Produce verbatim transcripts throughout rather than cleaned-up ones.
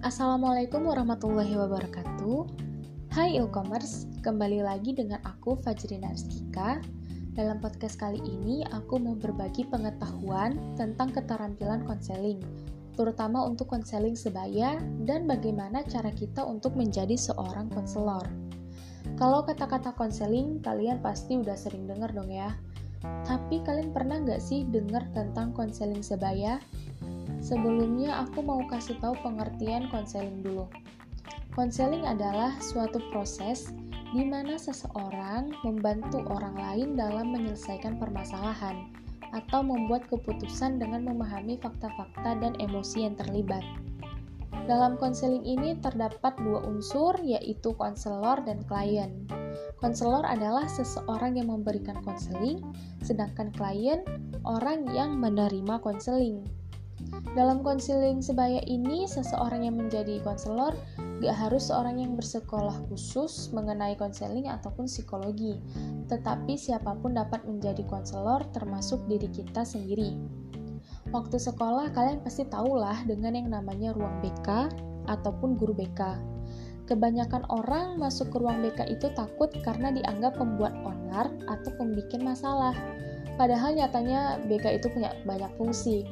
Assalamualaikum warahmatullahi wabarakatuh. Hai e-commerce, kembali lagi dengan aku Fajrina Rizkika. Dalam podcast kali ini aku mau berbagi pengetahuan tentang keterampilan konseling, terutama untuk konseling sebaya dan bagaimana cara kita untuk menjadi seorang konselor. Kalau kata-kata konseling kalian pasti udah sering dengar dong ya. Tapi kalian pernah nggak sih dengar tentang konseling sebaya? Sebelumnya aku mau kasih tahu pengertian konseling dulu. Konseling adalah suatu proses di mana seseorang membantu orang lain dalam menyelesaikan permasalahan atau membuat keputusan dengan memahami fakta-fakta dan emosi yang terlibat. Dalam konseling ini terdapat dua unsur, yaitu konselor dan klien. Konselor adalah seseorang yang memberikan konseling, sedangkan klien orang yang menerima konseling. Dalam konseling sebaya ini, seseorang yang menjadi konselor gak harus seorang yang bersekolah khusus mengenai konseling ataupun psikologi, tetapi siapapun dapat menjadi konselor termasuk diri kita sendiri. Waktu sekolah kalian pasti tahulah dengan yang namanya ruang B K ataupun guru B K. Kebanyakan orang masuk ke ruang B K itu takut karena dianggap pembuat onar atau pembikin masalah. Padahal nyatanya B K itu punya banyak fungsi.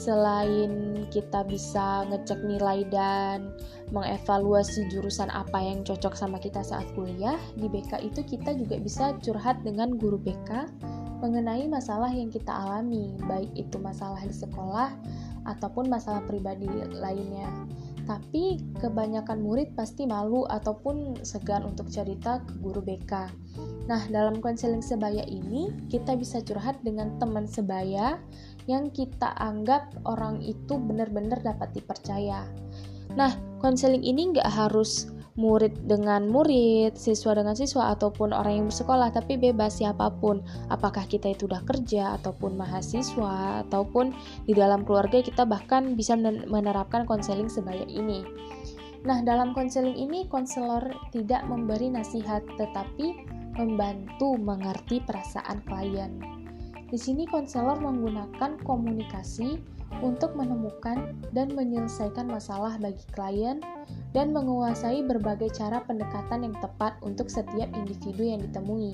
Selain kita bisa ngecek nilai dan mengevaluasi jurusan apa yang cocok sama kita saat kuliah, di B K itu kita juga bisa curhat dengan guru B K mengenai masalah yang kita alami, baik itu masalah di sekolah ataupun masalah pribadi lainnya. Tapi kebanyakan murid pasti malu ataupun segan untuk cerita ke guru B K. Nah, dalam konseling sebaya ini, kita bisa curhat dengan teman sebaya yang kita anggap orang itu benar-benar dapat dipercaya. Nah, konseling ini nggak harus murid dengan murid, siswa dengan siswa, ataupun orang yang bersekolah, tapi bebas siapapun. Apakah kita itu udah kerja, ataupun mahasiswa, ataupun di dalam keluarga kita bahkan bisa menerapkan konseling sebaya ini. Nah, dalam konseling ini, konselor tidak memberi nasihat, tetapi membantu mengerti perasaan klien. Di sini konselor menggunakan komunikasi untuk menemukan dan menyelesaikan masalah bagi klien dan menguasai berbagai cara pendekatan yang tepat untuk setiap individu yang ditemui.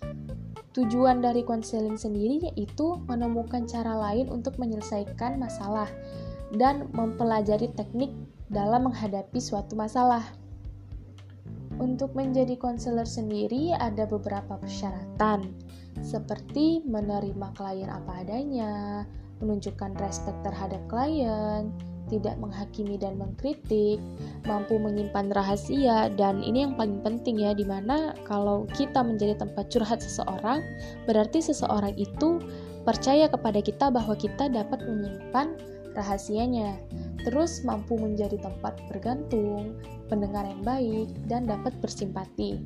Tujuan dari konseling sendiri yaitu menemukan cara lain untuk menyelesaikan masalah dan mempelajari teknik dalam menghadapi suatu masalah. Untuk menjadi konselor sendiri ada beberapa persyaratan, seperti menerima klien apa adanya, menunjukkan respek terhadap klien, tidak menghakimi dan mengkritik, mampu menyimpan rahasia, dan ini yang paling penting ya, dimana kalau kita menjadi tempat curhat seseorang, berarti seseorang itu percaya kepada kita bahwa kita dapat menyimpan rahasianya. Terus mampu menjadi tempat bergantung, pendengar yang baik, dan dapat bersimpati.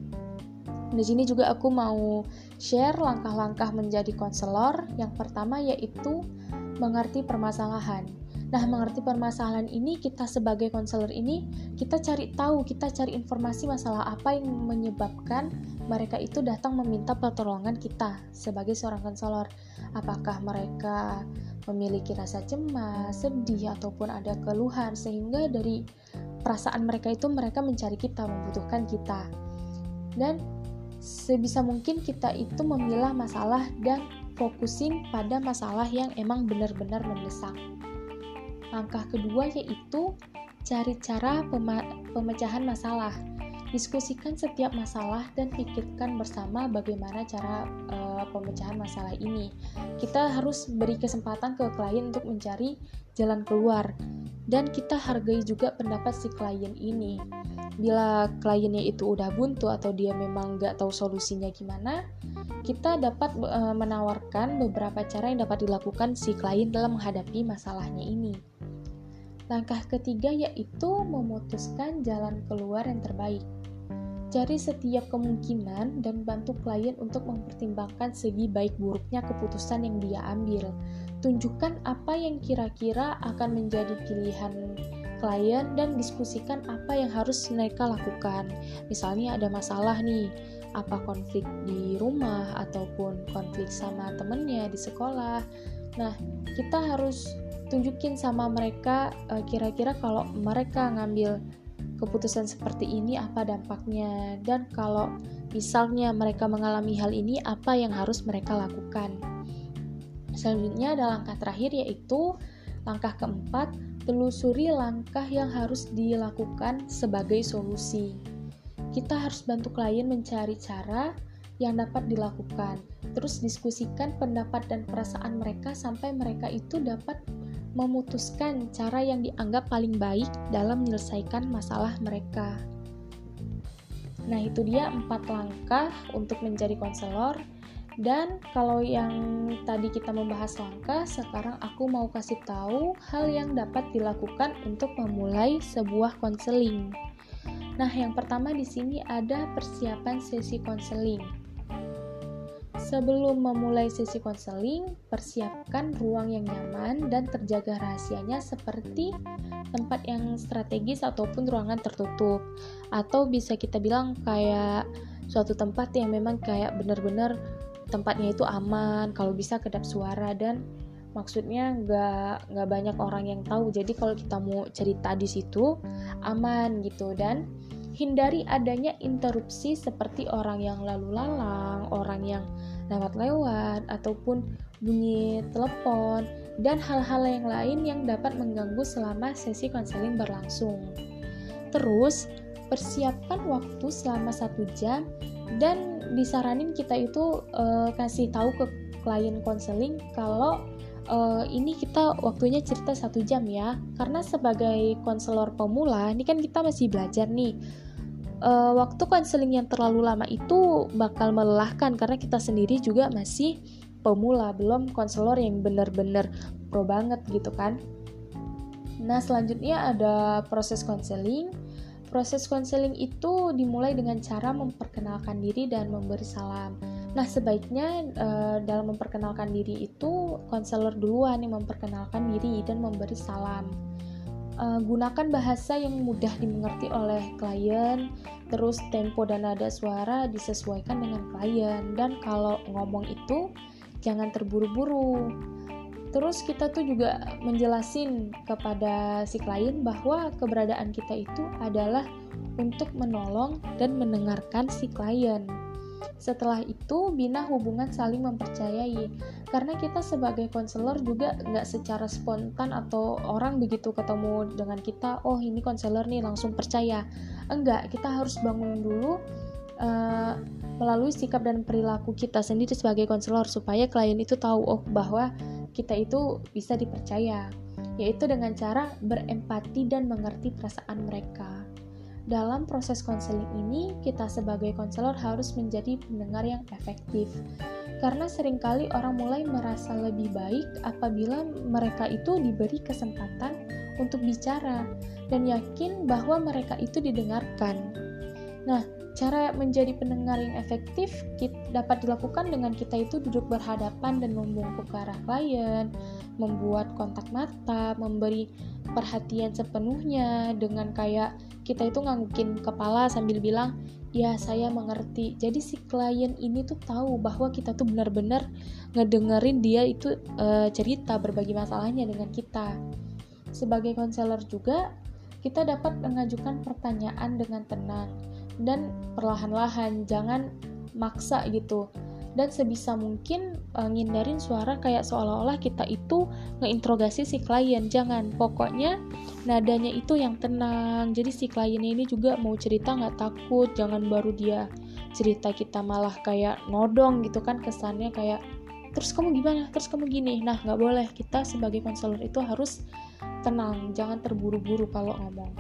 Di sini juga aku mau share langkah-langkah menjadi konselor. Yang pertama yaitu mengerti permasalahan. Nah, mengerti permasalahan ini, kita sebagai konselor ini, kita cari tahu, kita cari informasi masalah apa yang menyebabkan mereka itu datang meminta pertolongan kita sebagai seorang konselor. Apakah mereka memiliki rasa cemas, sedih, ataupun ada keluhan, sehingga dari perasaan mereka itu mereka mencari kita, membutuhkan kita. Dan sebisa mungkin kita itu memilah masalah dan fokusin pada masalah yang emang benar-benar mendesak. Langkah kedua yaitu cari cara pema- pemecahan masalah. Diskusikan setiap masalah dan pikirkan bersama bagaimana cara e, pemecahan masalah ini. Kita harus beri kesempatan ke klien untuk mencari jalan keluar, dan kita hargai juga pendapat si klien ini. Bila kliennya itu udah buntu atau dia memang nggak tahu solusinya gimana, kita dapat e, menawarkan beberapa cara yang dapat dilakukan si klien dalam menghadapi masalahnya ini. Langkah ketiga yaitu memutuskan jalan keluar yang terbaik. Cari setiap kemungkinan dan bantu klien untuk mempertimbangkan segi baik buruknya keputusan yang dia ambil. Tunjukkan apa yang kira-kira akan menjadi pilihan klien dan diskusikan apa yang harus mereka lakukan. Misalnya ada masalah nih, apa konflik di rumah ataupun konflik sama temennya di sekolah. Nah, kita harus tunjukin sama mereka uh, kira-kira kalau mereka ngambil keputusan seperti ini apa dampaknya, dan kalau misalnya mereka mengalami hal ini apa yang harus mereka lakukan. Selanjutnya ada langkah terakhir, yaitu langkah keempat, telusuri langkah yang harus dilakukan sebagai solusi. Kita harus bantu klien mencari cara yang dapat dilakukan. Terus diskusikan pendapat dan perasaan mereka sampai mereka itu dapat memutuskan cara yang dianggap paling baik dalam menyelesaikan masalah mereka. Nah, itu dia empat langkah untuk menjadi konselor. Dan kalau yang tadi kita membahas langkah, sekarang aku mau kasih tahu hal yang dapat dilakukan untuk memulai sebuah konseling. Nah, yang pertama di sini ada persiapan sesi konseling. Sebelum memulai sesi konseling, persiapkan ruang yang nyaman dan terjaga rahasianya seperti tempat yang strategis ataupun ruangan tertutup. Atau bisa kita bilang kayak suatu tempat yang memang kayak benar-benar tempatnya itu aman, kalau bisa kedap suara, dan maksudnya nggak nggak banyak orang yang tahu. Jadi kalau kita mau cerita di situ aman gitu, dan hindari adanya interupsi seperti orang yang lalu lalang, orang yang lewat-lewat, ataupun bunyi telepon dan hal-hal yang lain yang dapat mengganggu selama sesi konseling berlangsung. Terus persiapkan waktu selama satu jam, dan disaranin kita itu uh, kasih tahu ke klien konseling kalau uh, ini kita waktunya cerita satu jam ya, karena sebagai konselor pemula ini kan kita masih belajar nih. Uh, waktu konseling yang terlalu lama itu bakal melelahkan karena kita sendiri juga masih pemula, belum konselor yang benar-benar pro banget gitu kan. Nah, selanjutnya ada proses konseling. Proses konseling itu dimulai dengan cara memperkenalkan diri dan memberi salam. Nah, sebaiknya e, dalam memperkenalkan diri itu konselor duluan yang memperkenalkan diri dan memberi salam. E, gunakan bahasa yang mudah dimengerti oleh klien, terus tempo dan nada suara disesuaikan dengan klien, dan kalau ngomong itu jangan terburu-buru. Terus kita tuh juga menjelasin kepada si klien bahwa keberadaan kita itu adalah untuk menolong dan mendengarkan si klien. Setelah itu, bina hubungan saling mempercayai. Karena kita sebagai konselor juga nggak secara spontan atau orang begitu ketemu dengan kita, oh ini konselor nih langsung percaya. Enggak, kita harus bangun dulu uh, melalui sikap dan perilaku kita sendiri sebagai konselor supaya klien itu tahu oh bahwa kita itu bisa dipercaya, yaitu dengan cara berempati dan mengerti perasaan mereka. Dalam proses konseling ini, kita sebagai konselor harus menjadi pendengar yang efektif. Karena seringkali orang mulai merasa lebih baik apabila mereka itu diberi kesempatan untuk bicara dan yakin bahwa mereka itu didengarkan. Nah, cara menjadi pendengar yang efektif dapat dilakukan dengan kita itu duduk berhadapan dan membungkuk ke arah klien, membuat kontak mata, memberi perhatian sepenuhnya dengan kayak kita itu nganggukin kepala sambil bilang, ya saya mengerti. Jadi si klien ini tuh tahu bahwa kita tuh benar-benar ngedengerin dia itu e, cerita, berbagi masalahnya dengan kita. Sebagai konselor juga, kita dapat mengajukan pertanyaan dengan tenang dan perlahan-lahan, jangan maksa gitu. Dan sebisa mungkin e, ngindarin suara kayak seolah-olah kita itu ngeinterogasi si klien. Jangan, pokoknya nadanya itu yang tenang. Jadi si kliennya ini juga mau cerita nggak takut. Jangan baru dia cerita kita malah kayak nodong gitu kan, kesannya kayak terus kamu gimana, terus kamu gini. Nah, nggak boleh. Kita sebagai konselor itu harus tenang, jangan terburu-buru kalau ngomong.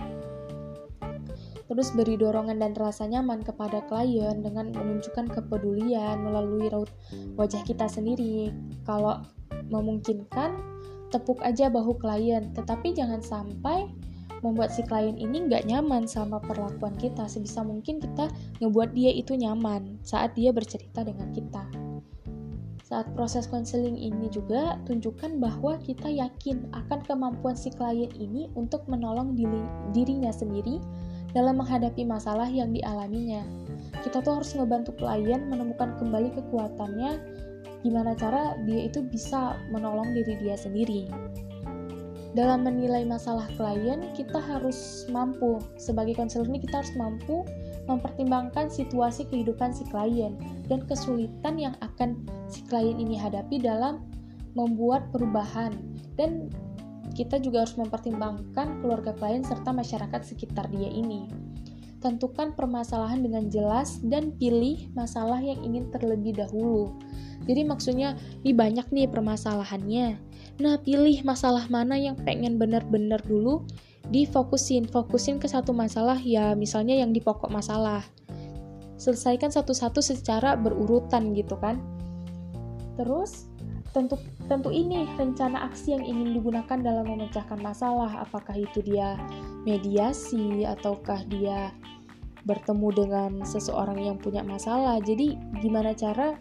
Terus beri dorongan dan rasa nyaman kepada klien dengan menunjukkan kepedulian melalui raut wajah kita sendiri. Kalau memungkinkan, tepuk aja bahu klien, tetapi jangan sampai membuat si klien ini nggak nyaman sama perlakuan kita. Sebisa mungkin kita ngebuat dia itu nyaman saat dia bercerita dengan kita. Saat proses konseling ini juga, tunjukkan bahwa kita yakin akan kemampuan si klien ini untuk menolong diri, dirinya sendiri dalam menghadapi masalah yang dialaminya. Kita tuh harus ngebantu klien menemukan kembali kekuatannya, gimana cara dia itu bisa menolong diri dia sendiri. dalam menilai masalah klien, kita harus mampu, sebagai konselor ini kita harus mampu mempertimbangkan situasi kehidupan si klien dan kesulitan yang akan si klien ini hadapi dalam membuat perubahan. Dan kita juga harus mempertimbangkan keluarga klien serta masyarakat sekitar dia ini. Tentukan permasalahan dengan jelas dan pilih masalah yang ingin terlebih dahulu. Jadi maksudnya, ini banyak nih permasalahannya. Nah, pilih masalah mana yang pengen benar-benar dulu difokusin. Fokusin ke satu masalah ya, misalnya yang di pokok masalah. Selesaikan satu-satu secara berurutan gitu kan. Terus, tentu tentu ini rencana aksi yang ingin digunakan dalam memecahkan masalah. Apakah itu dia mediasi ataukah dia bertemu dengan seseorang yang punya masalah. Jadi, gimana cara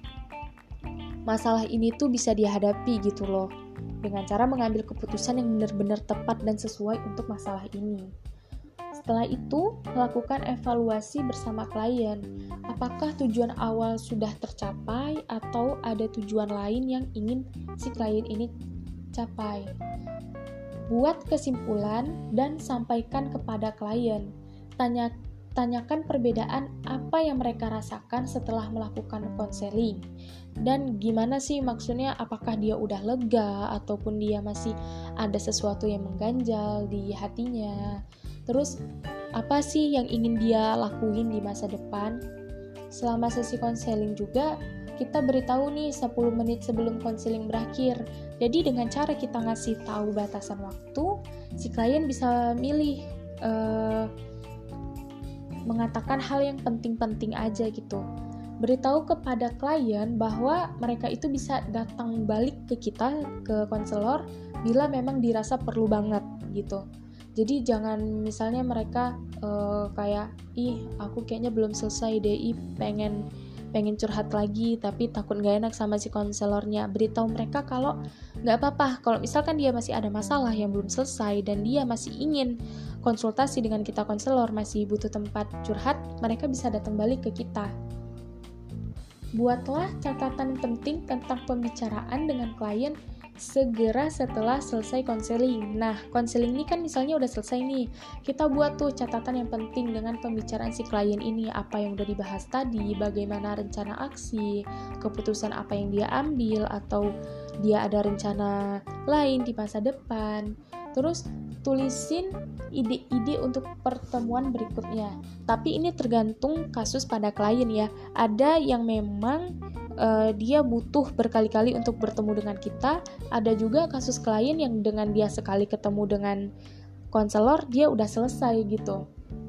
masalah ini tuh bisa dihadapi gitu loh, dengan cara mengambil keputusan yang benar-benar tepat dan sesuai untuk masalah ini. Setelah itu, lakukan evaluasi bersama klien. Apakah tujuan awal sudah tercapai atau ada tujuan lain yang ingin si klien ini capai? Buat kesimpulan dan sampaikan kepada klien. Tanya Tanyakan perbedaan apa yang mereka rasakan setelah melakukan konseling. Dan gimana sih maksudnya, apakah dia udah lega ataupun dia masih ada sesuatu yang mengganjal di hatinya. Terus apa sih yang ingin dia lakuin di masa depan. Selama sesi konseling juga kita beritahu nih sepuluh menit sebelum konseling berakhir. Jadi dengan cara kita ngasih tahu batasan waktu, si klien bisa milih uh, mengatakan hal yang penting-penting aja gitu. Beritahu kepada klien bahwa mereka itu bisa datang balik ke kita, ke konselor, bila memang dirasa perlu banget gitu. Jadi jangan misalnya mereka uh, kayak, ih aku kayaknya belum selesai deh, ih pengen pengen curhat lagi tapi takut gak enak sama si konselornya. Beritahu mereka kalau gak apa-apa, kalau misalkan dia masih ada masalah yang belum selesai dan dia masih ingin konsultasi dengan kita konselor, masih butuh tempat curhat, mereka bisa datang balik ke kita. Buatlah catatan penting tentang pembicaraan dengan klien segera setelah selesai konseling. Nah, konseling ini kan misalnya udah selesai nih, kita buat tuh catatan yang penting dengan pembicaraan si klien ini, apa yang udah dibahas tadi, bagaimana rencana aksi, keputusan apa yang dia ambil, atau dia ada rencana lain di masa depan. Terus tulisin ide-ide untuk pertemuan berikutnya. Tapi ini tergantung kasus pada klien ya. Ada yang memang uh, dia butuh berkali-kali untuk bertemu dengan kita. Ada juga kasus klien yang dengan dia sekali ketemu dengan konselor, dia udah selesai gitu.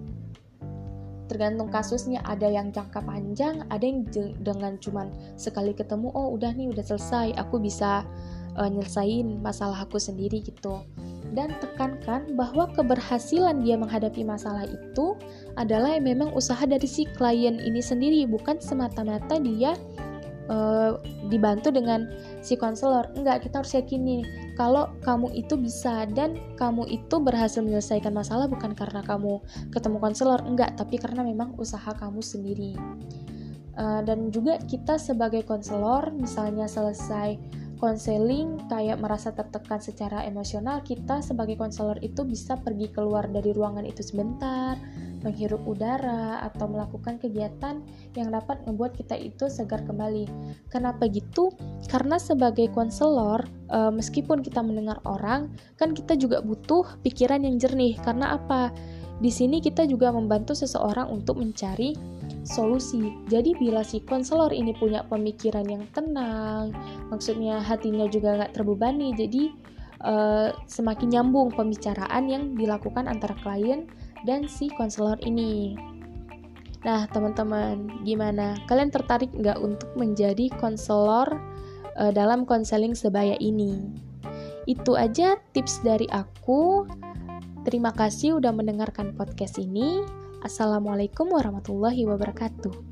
Tergantung kasusnya, ada yang jangka panjang, ada yang j- dengan cuman sekali ketemu, oh udah nih udah selesai, aku bisa uh, nyelesain masalah aku sendiri gitu. Dan tekankan bahwa keberhasilan dia menghadapi masalah itu adalah yang memang usaha dari si klien ini sendiri, bukan semata-mata dia uh, dibantu dengan si konselor. Enggak, kita harus yakini kalau kamu itu bisa dan kamu itu berhasil menyelesaikan masalah bukan karena kamu ketemu konselor, enggak, tapi karena memang usaha kamu sendiri. Uh, dan juga kita sebagai konselor, misalnya selesai konseling kayak merasa tertekan secara emosional, kita sebagai konselor itu bisa pergi keluar dari ruangan itu sebentar, menghirup udara, atau melakukan kegiatan yang dapat membuat kita itu segar kembali. Kenapa gitu? Karena sebagai konselor, e, meskipun kita mendengar orang, kan kita juga butuh pikiran yang jernih. Karena apa? Di sini kita juga membantu seseorang untuk mencari solusi. Jadi bila si konselor ini punya pemikiran yang tenang, maksudnya hatinya juga gak terbebani, jadi uh, semakin nyambung pembicaraan yang dilakukan antara klien dan si konselor ini. Nah teman-teman, gimana? Kalian tertarik gak untuk menjadi konselor uh, dalam konseling sebaya ini? Itu aja tips dari aku. Terima kasih udah mendengarkan podcast ini. Assalamualaikum warahmatullahi wabarakatuh.